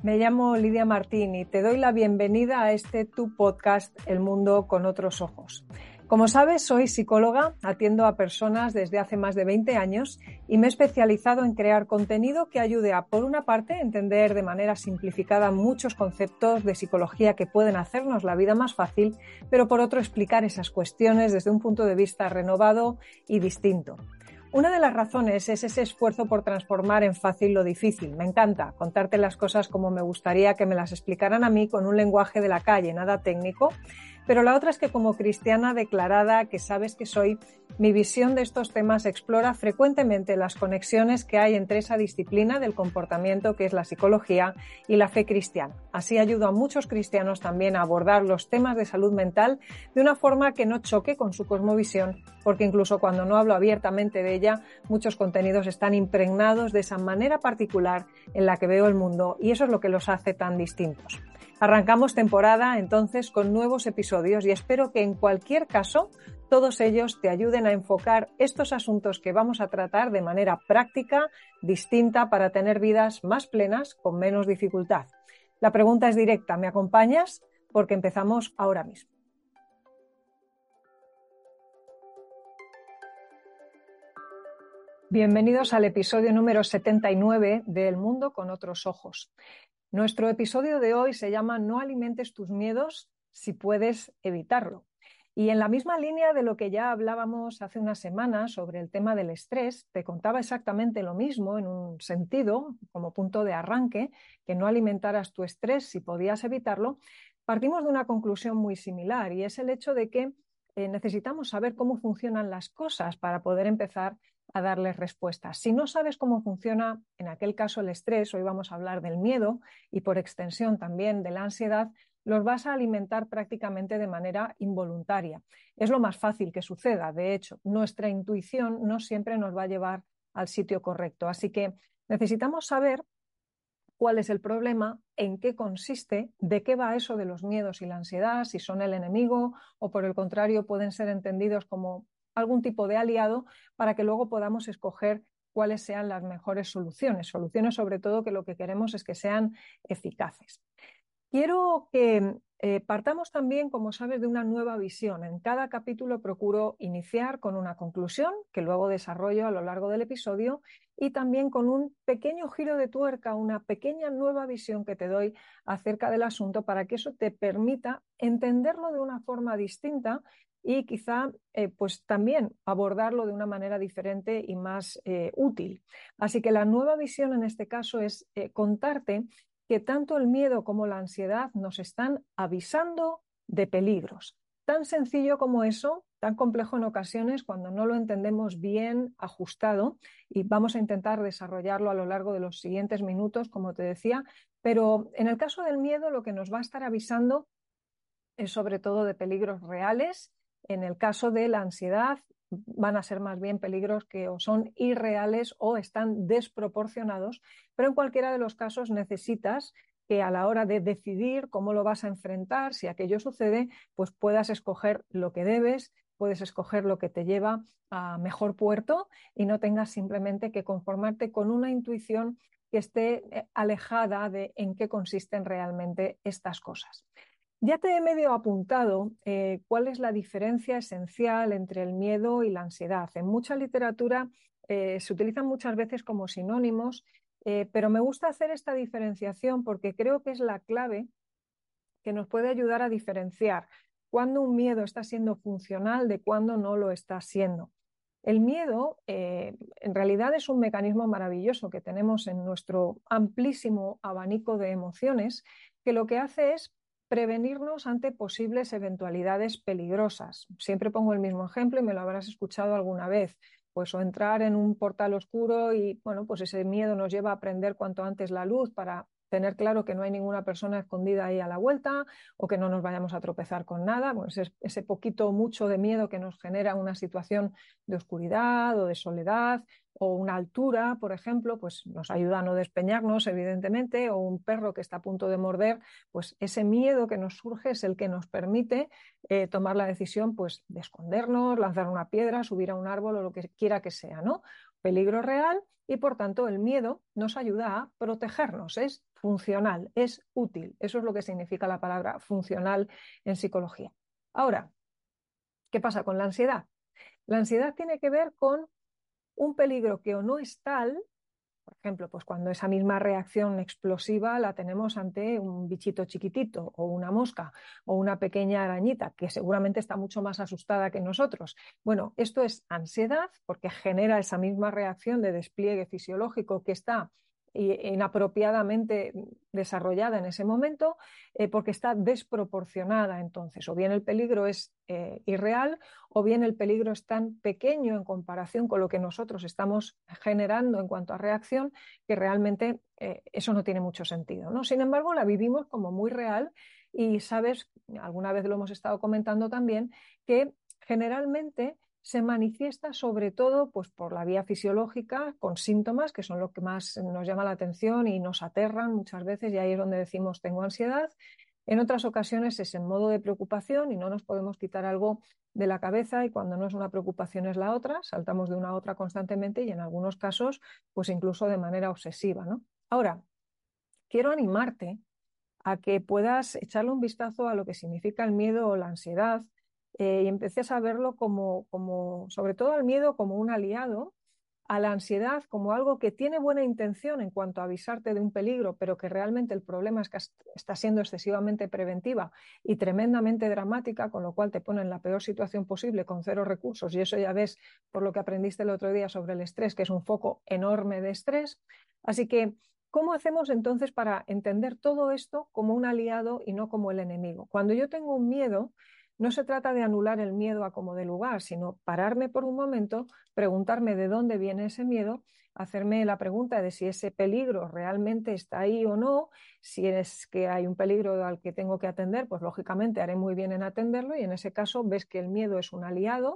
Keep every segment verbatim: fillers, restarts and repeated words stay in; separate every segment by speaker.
Speaker 1: Me llamo Lidia Martín y te doy la bienvenida a este tu podcast El Mundo con Otros Ojos. Como sabes, soy psicóloga, atiendo a personas desde hace más de veinte años y me he especializado en crear contenido que ayude a, por una parte, entender de manera simplificada muchos conceptos de psicología que pueden hacernos la vida más fácil, pero por otro, explicar esas cuestiones desde un punto de vista renovado y distinto. Una de las razones es ese esfuerzo por transformar en fácil lo difícil. Me encanta contarte las cosas como me gustaría que me las explicaran a mí, con un lenguaje de la calle, nada técnico. Pero la otra es que, como cristiana declarada que sabes que soy, mi visión de estos temas explora frecuentemente las conexiones que hay entre esa disciplina del comportamiento que es la psicología y la fe cristiana. Así ayudo a muchos cristianos también a abordar los temas de salud mental de una forma que no choque con su cosmovisión, porque incluso cuando no hablo abiertamente de ella, muchos contenidos están impregnados de esa manera particular en la que veo el mundo, y eso es lo que los hace tan distintos. Arrancamos temporada entonces con nuevos episodios y espero que en cualquier caso todos ellos te ayuden a enfocar estos asuntos que vamos a tratar de manera práctica, distinta, para tener vidas más plenas con menos dificultad. La pregunta es directa, ¿me acompañas? Porque empezamos ahora mismo. Bienvenidos al episodio número setenta y nueve de El Mundo con Otros Ojos. Nuestro episodio de hoy se llama No alimentes tus miedos si puedes evitarlo. Y en la misma línea de lo que ya hablábamos hace unas semanas sobre el tema del estrés, te contaba exactamente lo mismo en un sentido, como punto de arranque, que no alimentaras tu estrés si podías evitarlo. Partimos de una conclusión muy similar, y es el hecho de que eh, necesitamos saber cómo funcionan las cosas para poder empezar a darles respuestas. Si no sabes cómo funciona, en aquel caso, el estrés, hoy vamos a hablar del miedo y por extensión también de la ansiedad, los vas a alimentar prácticamente de manera involuntaria. Es lo más fácil que suceda. De hecho, nuestra intuición no siempre nos va a llevar al sitio correcto. Así que necesitamos saber cuál es el problema, en qué consiste, de qué va eso de los miedos y la ansiedad, si son el enemigo o, por el contrario, pueden ser entendidos como algún tipo de aliado, para que luego podamos escoger cuáles sean las mejores soluciones. Soluciones, sobre todo, que lo que queremos es que sean eficaces. Quiero que eh, partamos también, como sabes, de una nueva visión. En cada capítulo procuro iniciar con una conclusión que luego desarrollo a lo largo del episodio, y también con un pequeño giro de tuerca, una pequeña nueva visión que te doy acerca del asunto, para que eso te permita entenderlo de una forma distinta y quizá eh, pues también abordarlo de una manera diferente y más eh, útil. Así que la nueva visión en este caso es eh, contarte que tanto el miedo como la ansiedad nos están avisando de peligros. Tan sencillo como eso, tan complejo en ocasiones cuando no lo entendemos bien ajustado, y vamos a intentar desarrollarlo a lo largo de los siguientes minutos, como te decía. Pero en el caso del miedo, lo que nos va a estar avisando es sobre todo de peligros reales. En el caso de la ansiedad, van a ser más bien peligros que o son irreales o están desproporcionados, pero en cualquiera de los casos necesitas que a la hora de decidir cómo lo vas a enfrentar, si aquello sucede, pues puedas escoger lo que debes, puedes escoger lo que te lleva a mejor puerto, y no tengas simplemente que conformarte con una intuición que esté alejada de en qué consisten realmente estas cosas. Ya te he medio apuntado eh, cuál es la diferencia esencial entre el miedo y la ansiedad. En mucha literatura eh, se utilizan muchas veces como sinónimos, eh, pero me gusta hacer esta diferenciación porque creo que es la clave que nos puede ayudar a diferenciar cuándo un miedo está siendo funcional de cuándo no lo está siendo. El miedo eh, en realidad es un mecanismo maravilloso que tenemos en nuestro amplísimo abanico de emociones, que lo que hace es prevenirnos ante posibles eventualidades peligrosas. Siempre pongo el mismo ejemplo y me lo habrás escuchado alguna vez. Pues o entrar en un portal oscuro y, bueno, pues ese miedo nos lleva a prender cuanto antes la luz para tener claro que no hay ninguna persona escondida ahí a la vuelta, o que no nos vayamos a tropezar con nada. Pues ese, ese poquito o mucho de miedo que nos genera una situación de oscuridad o de soledad, o una altura, por ejemplo, pues nos ayuda a no despeñarnos, evidentemente, o un perro que está a punto de morder, pues ese miedo que nos surge es el que nos permite eh, tomar la decisión, pues, de escondernos, lanzar una piedra, subir a un árbol o lo que quiera que sea, ¿no? peligro real y por tanto el miedo nos ayuda a protegernos, es funcional, es útil. Eso es lo que significa la palabra funcional en psicología. Ahora, ¿qué pasa con la ansiedad? La ansiedad tiene que ver con un peligro que o no es tal. Por ejemplo, pues cuando esa misma reacción explosiva la tenemos ante un bichito chiquitito o una mosca o una pequeña arañita que seguramente está mucho más asustada que nosotros. Bueno, esto es ansiedad porque genera esa misma reacción de despliegue fisiológico que está inapropiadamente desarrollada en ese momento, eh, porque está desproporcionada entonces. O bien el peligro es eh, irreal o bien el peligro es tan pequeño en comparación con lo que nosotros estamos generando en cuanto a reacción que realmente eh, eso no tiene mucho sentido, ¿no? Sin embargo, la vivimos como muy real y sabes, alguna vez lo hemos estado comentando también, que generalmente se manifiesta sobre todo pues, por la vía fisiológica, con síntomas que son lo que más nos llama la atención y nos aterran muchas veces, y ahí es donde decimos tengo ansiedad. En otras ocasiones es en modo de preocupación y no nos podemos quitar algo de la cabeza y cuando no es una preocupación es la otra, saltamos de una a otra constantemente y en algunos casos pues incluso de manera obsesiva, ¿no? Ahora, quiero animarte a que puedas echarle un vistazo a lo que significa el miedo o la ansiedad eh, y empieces a verlo como, como, sobre todo al miedo como un aliado, a la ansiedad como algo que tiene buena intención en cuanto a avisarte de un peligro, pero que realmente el problema es que está siendo excesivamente preventiva y tremendamente dramática, con lo cual te pone en la peor situación posible con cero recursos, y eso ya ves por lo que aprendiste el otro día sobre el estrés, que es un foco enorme de estrés. Así que ¿cómo hacemos entonces para entender todo esto como un aliado y no como el enemigo? Cuando yo tengo un miedo, no se trata de anular el miedo a como de lugar, sino pararme por un momento, preguntarme de dónde viene ese miedo, hacerme la pregunta de si ese peligro realmente está ahí o no. Si es que hay un peligro al que tengo que atender, pues lógicamente haré muy bien en atenderlo y en ese caso ves que el miedo es un aliado,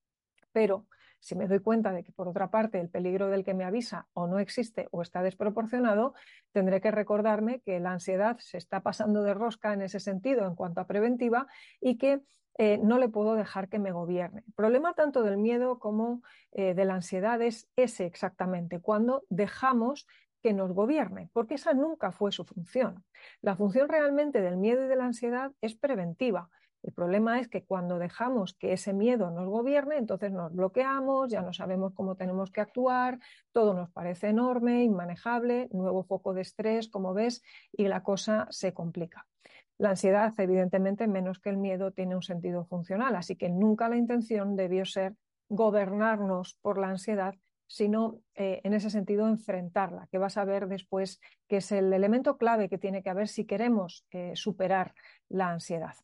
Speaker 1: pero si me doy cuenta de que, por otra parte, el peligro del que me avisa o no existe o está desproporcionado, tendré que recordarme que la ansiedad se está pasando de rosca en ese sentido en cuanto a preventiva y que eh, no le puedo dejar que me gobierne. El problema tanto del miedo como eh, de la ansiedad es ese exactamente, cuando dejamos que nos gobierne, porque esa nunca fue su función. La función realmente del miedo y de la ansiedad es preventiva. El problema es que cuando dejamos que ese miedo nos gobierne, entonces nos bloqueamos, ya no sabemos cómo tenemos que actuar, todo nos parece enorme, inmanejable, nuevo foco de estrés, como ves, y la cosa se complica. La ansiedad, evidentemente, menos que el miedo, tiene un sentido funcional, así que nunca la intención debió ser gobernarnos por la ansiedad, sino eh, en ese sentido enfrentarla, que vas a ver después que es el elemento clave que tiene que haber si queremos eh, superar la ansiedad.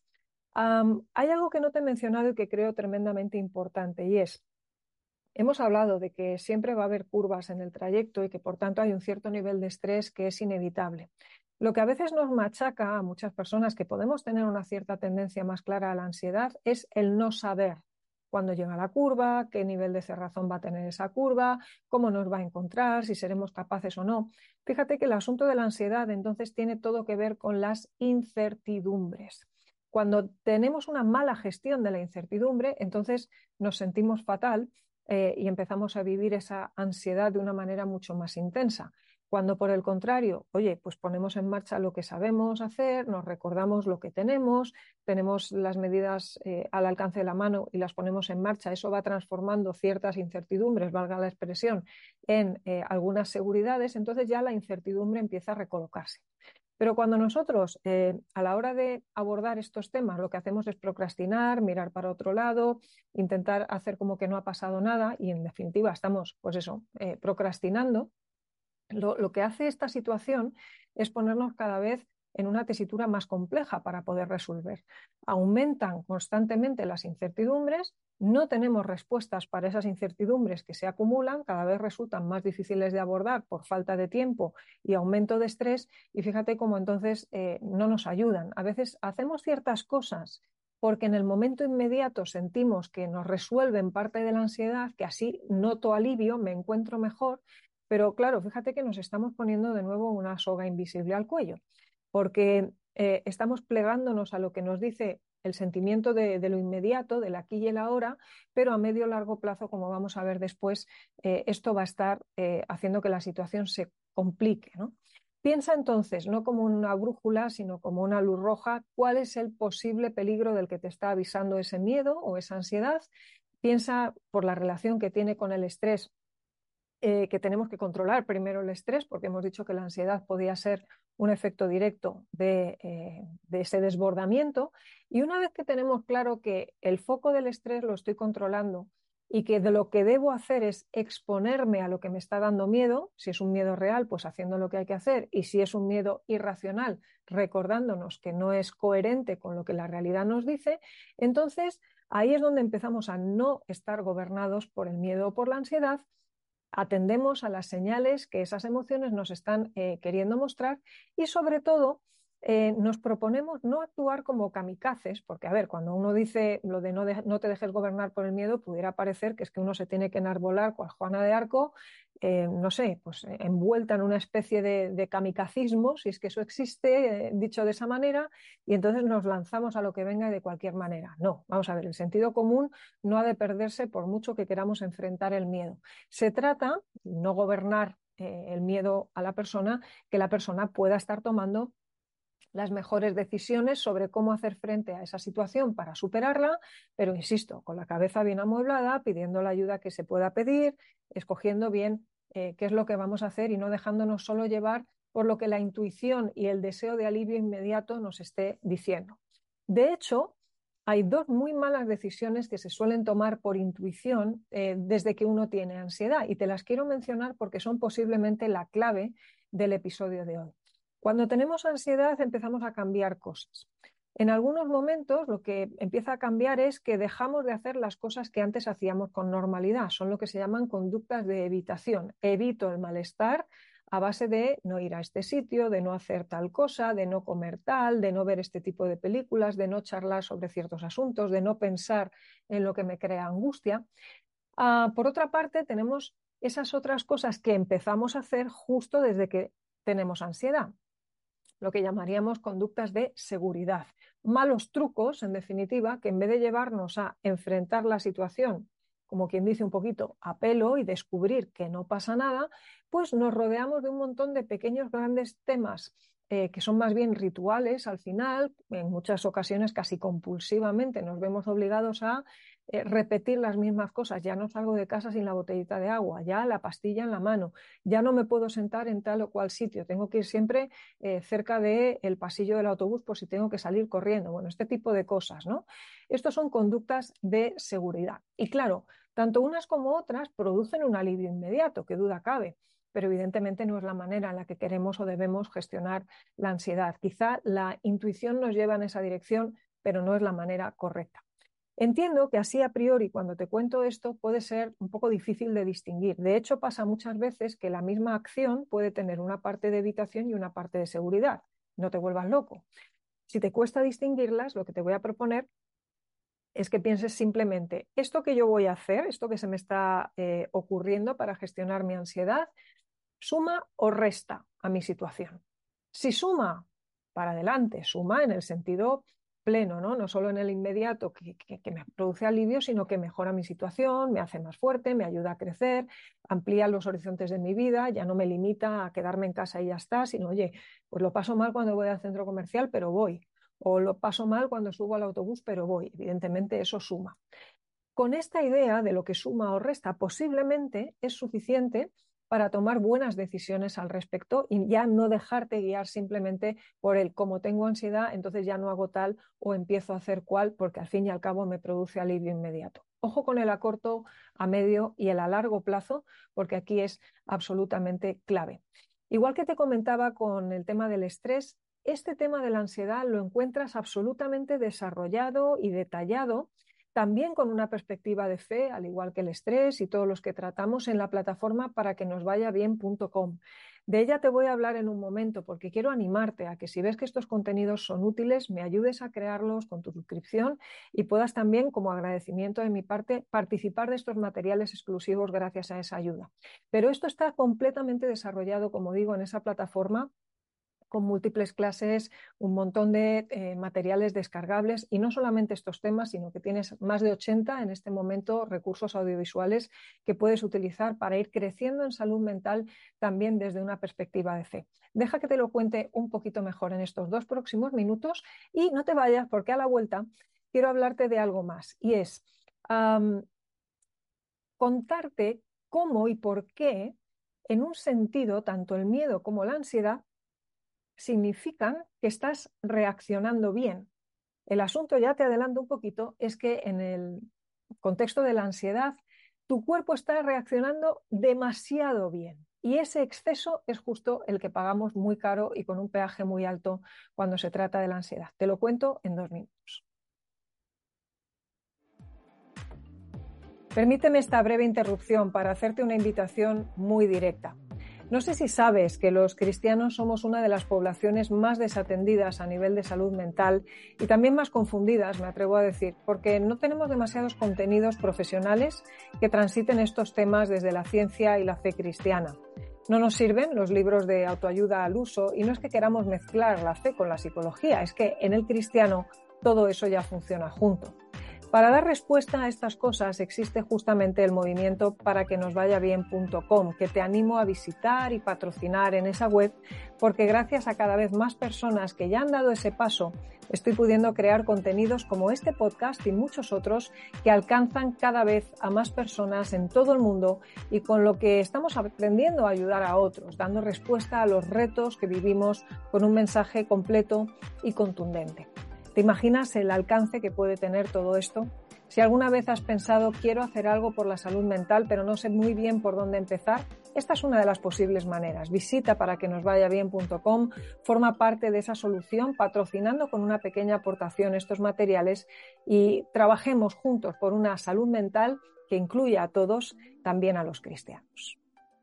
Speaker 1: Um, hay algo que no te he mencionado y que creo tremendamente importante y es, hemos hablado de que siempre va a haber curvas en el trayecto y que por tanto hay un cierto nivel de estrés que es inevitable. Lo que a veces nos machaca a muchas personas que podemos tener una cierta tendencia más clara a la ansiedad es el no saber cuándo llega la curva, qué nivel de cerrazón va a tener esa curva, cómo nos va a encontrar, si seremos capaces o no. Fíjate que el asunto de la ansiedad entonces tiene todo que ver con las incertidumbres. Cuando tenemos una mala gestión de la incertidumbre, entonces nos sentimos fatal eh, y empezamos a vivir esa ansiedad de una manera mucho más intensa. Cuando por el contrario, oye, pues ponemos en marcha lo que sabemos hacer, nos recordamos lo que tenemos, tenemos las medidas eh, al alcance de la mano y las ponemos en marcha, eso va transformando ciertas incertidumbres, valga la expresión, en eh, algunas seguridades, entonces ya la incertidumbre empieza a recolocarse. Pero cuando nosotros, eh, a la hora de abordar estos temas, lo que hacemos es procrastinar, mirar para otro lado, intentar hacer como que no ha pasado nada y, en definitiva, estamos, pues eso, eh, procrastinando, lo, lo que hace esta situación es ponernos cada vez en una tesitura más compleja para poder resolver. Aumentan constantemente las incertidumbres, no tenemos respuestas para esas incertidumbres que se acumulan, cada vez resultan más difíciles de abordar por falta de tiempo y aumento de estrés, y fíjate cómo entonces eh, no nos ayudan. A veces hacemos ciertas cosas porque en el momento inmediato sentimos que nos resuelven parte de la ansiedad, que así noto alivio, me encuentro mejor, pero claro, fíjate que nos estamos poniendo de nuevo una soga invisible al cuello, porque eh, estamos plegándonos a lo que nos dice el sentimiento de, de lo inmediato, del aquí y el ahora, pero a medio o largo plazo, como vamos a ver después, eh, esto va a estar eh, haciendo que la situación se complique, ¿no? Piensa entonces, no como una brújula, sino como una luz roja, cuál es el posible peligro del que te está avisando ese miedo o esa ansiedad. Piensa por la relación que tiene con el estrés, eh, que tenemos que controlar primero el estrés, porque hemos dicho que la ansiedad podía ser un efecto directo de, eh, de ese desbordamiento. Y una vez que tenemos claro que el foco del estrés lo estoy controlando y que de lo que debo hacer es exponerme a lo que me está dando miedo, si es un miedo real, pues haciendo lo que hay que hacer, y si es un miedo irracional, recordándonos que no es coherente con lo que la realidad nos dice, entonces ahí es donde empezamos a no estar gobernados por el miedo o por la ansiedad. Atendemos a las señales que esas emociones nos están eh, queriendo mostrar y sobre todo eh, nos proponemos no actuar como kamikazes, porque a ver, cuando uno dice lo de no, de no te dejes gobernar por el miedo, pudiera parecer que es que uno se tiene que enarbolar cual Juana de Arco, eh, no sé, pues eh, envuelta en una especie de, de kamikazismo, si es que eso existe, eh, dicho de esa manera, y entonces nos lanzamos a lo que venga de cualquier manera. No, vamos a ver, el sentido común no ha de perderse por mucho que queramos enfrentar el miedo. Se trata, no gobernar eh, el miedo a la persona, que la persona pueda estar tomando las mejores decisiones sobre cómo hacer frente a esa situación para superarla, pero insisto, con la cabeza bien amueblada, pidiendo la ayuda que se pueda pedir, escogiendo bien eh, qué es lo que vamos a hacer y no dejándonos solo llevar por lo que la intuición y el deseo de alivio inmediato nos esté diciendo. De hecho, hay dos muy malas decisiones que se suelen tomar por intuición eh, desde que uno tiene ansiedad, y te las quiero mencionar porque son posiblemente la clave del episodio de hoy. Cuando tenemos ansiedad empezamos a cambiar cosas. En algunos momentos lo que empieza a cambiar es que dejamos de hacer las cosas que antes hacíamos con normalidad. Son lo que se llaman conductas de evitación. Evito el malestar a base de no ir a este sitio, de no hacer tal cosa, de no comer tal, de no ver este tipo de películas, de no charlar sobre ciertos asuntos, de no pensar en lo que me crea angustia. Uh, por otra parte, tenemos esas otras cosas que empezamos a hacer justo desde que tenemos ansiedad, lo que llamaríamos conductas de seguridad. Malos trucos, en definitiva, que en vez de llevarnos a enfrentar la situación, como quien dice un poquito, a pelo y descubrir que no pasa nada, pues nos rodeamos de un montón de pequeños grandes temas eh, que son más bien rituales al final, en muchas ocasiones casi compulsivamente nos vemos obligados a eh, repetir las mismas cosas. Ya no salgo de casa sin la botellita de agua, ya la pastilla en la mano, ya no me puedo sentar en tal o cual sitio, tengo que ir siempre eh, cerca del pasillo del autobús por si tengo que salir corriendo. Bueno, este tipo de cosas, ¿no? Estos son conductas de seguridad. Y claro, tanto unas como otras producen un alivio inmediato, que duda cabe, pero evidentemente no es la manera en la que queremos o debemos gestionar la ansiedad. Quizá la intuición nos lleva en esa dirección, pero no es la manera correcta. Entiendo que así a priori, cuando te cuento esto, puede ser un poco difícil de distinguir. De hecho, pasa muchas veces que la misma acción puede tener una parte de evitación y una parte de seguridad. No te vuelvas loco. Si te cuesta distinguirlas, lo que te voy a proponer es que pienses simplemente, esto que yo voy a hacer, esto que se me está eh, ocurriendo para gestionar mi ansiedad, ¿suma o resta a mi situación? Si suma, para adelante, suma en el sentido pleno, ¿no? No solo en el inmediato que, que, que me produce alivio, sino que mejora mi situación, me hace más fuerte, me ayuda a crecer, amplía los horizontes de mi vida, ya no me limita a quedarme en casa y ya está, sino, oye, pues lo paso mal cuando voy al centro comercial, pero voy. O lo paso mal cuando subo al autobús, pero voy. Evidentemente eso suma. Con esta idea de lo que suma o resta, posiblemente es suficiente para tomar buenas decisiones al respecto y ya no dejarte guiar simplemente por el como tengo ansiedad, entonces ya no hago tal o empiezo a hacer cual, porque al fin y al cabo me produce alivio inmediato. Ojo con el a corto, a medio y el a largo plazo, porque aquí es absolutamente clave. Igual que te comentaba con el tema del estrés, este tema de la ansiedad lo encuentras absolutamente desarrollado y detallado también con una perspectiva de fe, al igual que el estrés y todos los que tratamos en la plataforma para que nos vaya bien punto com. De ella te voy a hablar en un momento porque quiero animarte a que si ves que estos contenidos son útiles, me ayudes a crearlos con tu suscripción y puedas también, como agradecimiento de mi parte, participar de estos materiales exclusivos gracias a esa ayuda. Pero esto está completamente desarrollado, como digo, en esa plataforma con múltiples clases, un montón de eh, materiales descargables y no solamente estos temas, sino que tienes más de ochenta en este momento recursos audiovisuales que puedes utilizar para ir creciendo en salud mental también desde una perspectiva de fe. Deja que te lo cuente un poquito mejor en estos dos próximos minutos y no te vayas porque a la vuelta quiero hablarte de algo más y es um, contarte cómo y por qué en un sentido tanto el miedo como la ansiedad significan que estás reaccionando bien. El asunto, ya te adelanto un poquito, es que en el contexto de la ansiedad, tu cuerpo está reaccionando demasiado bien. Y ese exceso es justo el que pagamos muy caro y con un peaje muy alto cuando se trata de la ansiedad. Te lo cuento en dos minutos. Permíteme esta breve interrupción para hacerte una invitación muy directa. No sé si sabes que los cristianos somos una de las poblaciones más desatendidas a nivel de salud mental y también más confundidas, me atrevo a decir, porque no tenemos demasiados contenidos profesionales que transiten estos temas desde la ciencia y la fe cristiana. No nos sirven los libros de autoayuda al uso y no es que queramos mezclar la fe con la psicología, es que en el cristiano todo eso ya funciona junto. Para dar respuesta a estas cosas existe justamente el movimiento para que nos vaya bien punto com, que te animo a visitar y patrocinar en esa web, porque gracias a cada vez más personas que ya han dado ese paso, estoy pudiendo crear contenidos como este podcast y muchos otros que alcanzan cada vez a más personas en todo el mundo y con lo que estamos aprendiendo a ayudar a otros, dando respuesta a los retos que vivimos con un mensaje completo y contundente. ¿Te imaginas el alcance que puede tener todo esto? Si alguna vez has pensado quiero hacer algo por la salud mental pero no sé muy bien por dónde empezar, esta es una de las posibles maneras. Visita para que nos vaya bien punto com, forma parte de esa solución patrocinando con una pequeña aportación estos materiales y trabajemos juntos por una salud mental que incluya a todos, también a los cristianos.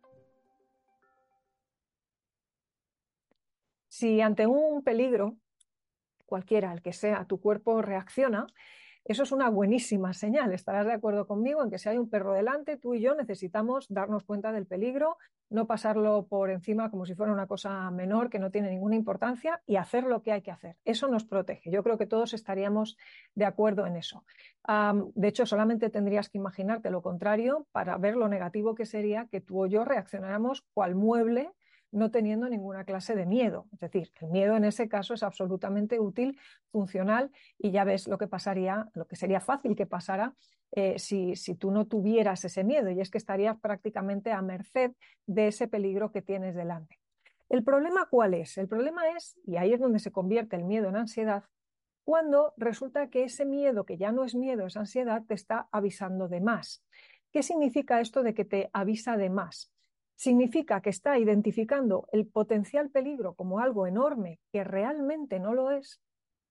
Speaker 1: Si ante un peligro cualquiera, el que sea, tu cuerpo reacciona, eso es una buenísima señal. Estarás de acuerdo conmigo en que si hay un perro delante, tú y yo necesitamos darnos cuenta del peligro, no pasarlo por encima como si fuera una cosa menor que no tiene ninguna importancia y hacer lo que hay que hacer. Eso nos protege. Yo creo que todos estaríamos de acuerdo en eso. Um, de hecho, solamente tendrías que imaginarte lo contrario para ver lo negativo que sería que tú o yo reaccionáramos cual mueble no teniendo ninguna clase de miedo. Es decir, el miedo en ese caso es absolutamente útil, funcional, y ya ves lo que pasaría, lo que sería fácil que pasara eh, si, si tú no tuvieras ese miedo, y es que estarías prácticamente a merced de ese peligro que tienes delante. ¿El problema cuál es? El problema es, y ahí es donde se convierte el miedo en ansiedad, cuando resulta que ese miedo, que ya no es miedo, es ansiedad, te está avisando de más. ¿Qué significa esto de que te avisa de más? Significa que está identificando el potencial peligro como algo enorme que realmente no lo es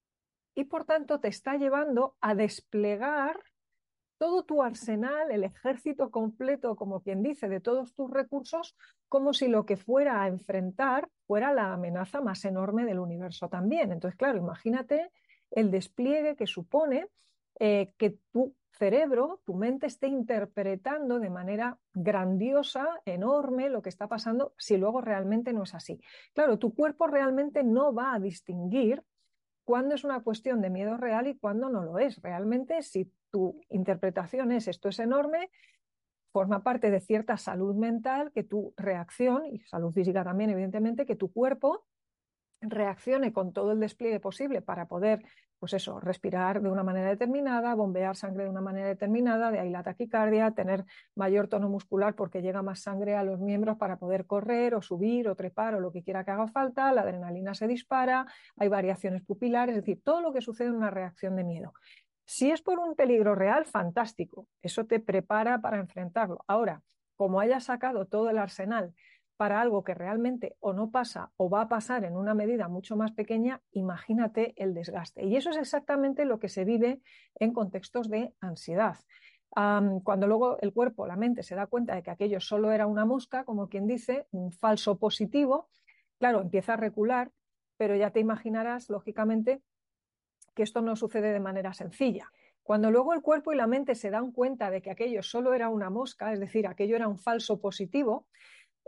Speaker 1: y por tanto te está llevando a desplegar todo tu arsenal, el ejército completo, como quien dice, de todos tus recursos, como si lo que fuera a enfrentar fuera la amenaza más enorme del universo también. Entonces, claro, imagínate el despliegue que supone eh, que tu cerebro, tu mente esté interpretando de manera grandiosa, enorme, lo que está pasando, si luego realmente no es así. Claro, tu cuerpo realmente no va a distinguir cuándo es una cuestión de miedo real y cuándo no lo es. Realmente, si tu interpretación es esto es enorme, forma parte de cierta salud mental, que tu reacción, y salud física también, evidentemente, que tu cuerpo reaccione con todo el despliegue posible para poder, pues eso, respirar de una manera determinada, bombear sangre de una manera determinada, de ahí la taquicardia, tener mayor tono muscular porque llega más sangre a los miembros para poder correr o subir o trepar o lo que quiera que haga falta, la adrenalina se dispara, hay variaciones pupilares, es decir, todo lo que sucede en una reacción de miedo. Si es por un peligro real, fantástico, eso te prepara para enfrentarlo. Ahora, como hayas sacado todo el arsenal para algo que realmente o no pasa o va a pasar en una medida mucho más pequeña, imagínate el desgaste. Y eso es exactamente lo que se vive en contextos de ansiedad. Um, cuando luego el cuerpo, la mente, se da cuenta de que aquello solo era una mosca, como quien dice, un falso positivo, claro, empieza a recular, pero ya te imaginarás, lógicamente, que esto no sucede de manera sencilla. Cuando luego el cuerpo y la mente se dan cuenta de que aquello solo era una mosca, es decir, aquello era un falso positivo,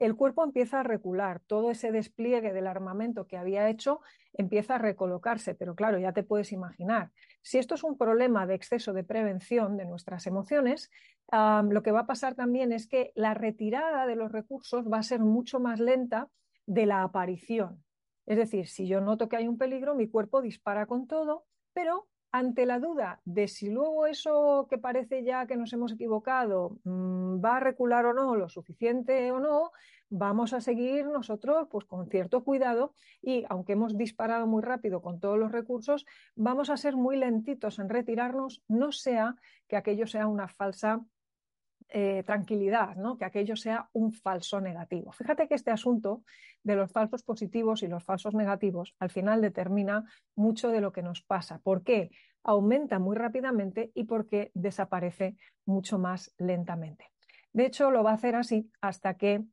Speaker 1: el cuerpo empieza a recular, todo ese despliegue del armamento que había hecho empieza a recolocarse, pero claro, ya te puedes imaginar, si esto es un problema de exceso de prevención de nuestras emociones, um, lo que va a pasar también es que la retirada de los recursos va a ser mucho más lenta de la aparición. Es decir, si yo noto que hay un peligro, mi cuerpo dispara con todo, pero ante la duda de si luego eso que parece ya que nos hemos equivocado mmm, va a recular o no, lo suficiente o no, vamos a seguir nosotros pues, con cierto cuidado y aunque hemos disparado muy rápido con todos los recursos, vamos a ser muy lentitos en retirarnos, no sea que aquello sea una falsa Eh, tranquilidad, ¿no? Que aquello sea un falso negativo. Fíjate que este asunto de los falsos positivos y los falsos negativos al final determina mucho de lo que nos pasa. ¿Por qué? Aumenta muy rápidamente y porque desaparece mucho más lentamente. De hecho, lo va a hacer así hasta que,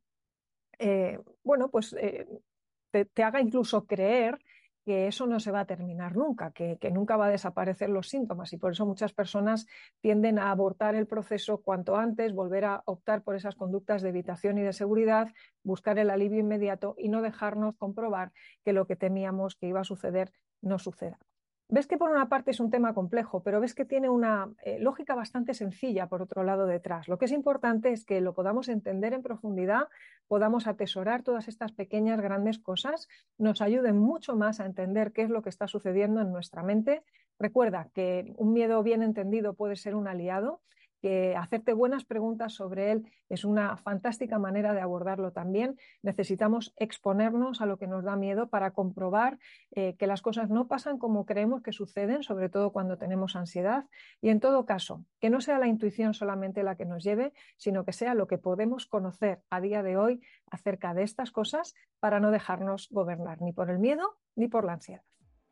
Speaker 1: eh, bueno, pues eh, te, te haga incluso creer que eso no se va a terminar nunca, que, que nunca va a desaparecer los síntomas y por eso muchas personas tienden a abortar el proceso cuanto antes, volver a optar por esas conductas de evitación y de seguridad, buscar el alivio inmediato y no dejarnos comprobar que lo que temíamos que iba a suceder no suceda. Ves que por una parte es un tema complejo, pero ves que tiene una eh, lógica bastante sencilla por otro lado detrás. Lo que es importante es que lo podamos entender en profundidad, podamos atesorar todas estas pequeñas, grandes cosas, nos ayuden mucho más a entender qué es lo que está sucediendo en nuestra mente. Recuerda que un miedo bien entendido puede ser un aliado, que hacerte buenas preguntas sobre él es una fantástica manera de abordarlo también. Necesitamos exponernos a lo que nos da miedo para comprobar eh, que las cosas no pasan como creemos que suceden, sobre todo cuando tenemos ansiedad. Y en todo caso, que no sea la intuición solamente la que nos lleve, sino que sea lo que podemos conocer a día de hoy acerca de estas cosas para no dejarnos gobernar ni por el miedo ni por la ansiedad.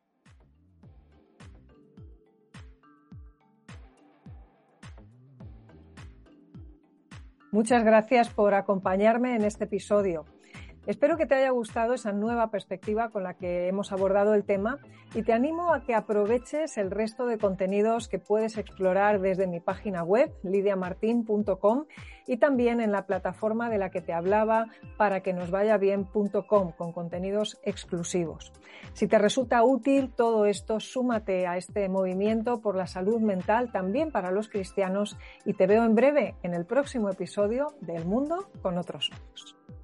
Speaker 1: Muchas gracias por acompañarme en este episodio. Espero que te haya gustado esa nueva perspectiva con la que hemos abordado el tema y te animo a que aproveches el resto de contenidos que puedes explorar desde mi página web, lidia martin punto com, y también en la plataforma de la que te hablaba, para que nos vaya bien punto com, con contenidos exclusivos. Si te resulta útil todo esto, súmate a este movimiento por la salud mental también para los cristianos y te veo en breve en el próximo episodio de El Mundo con otros ojos.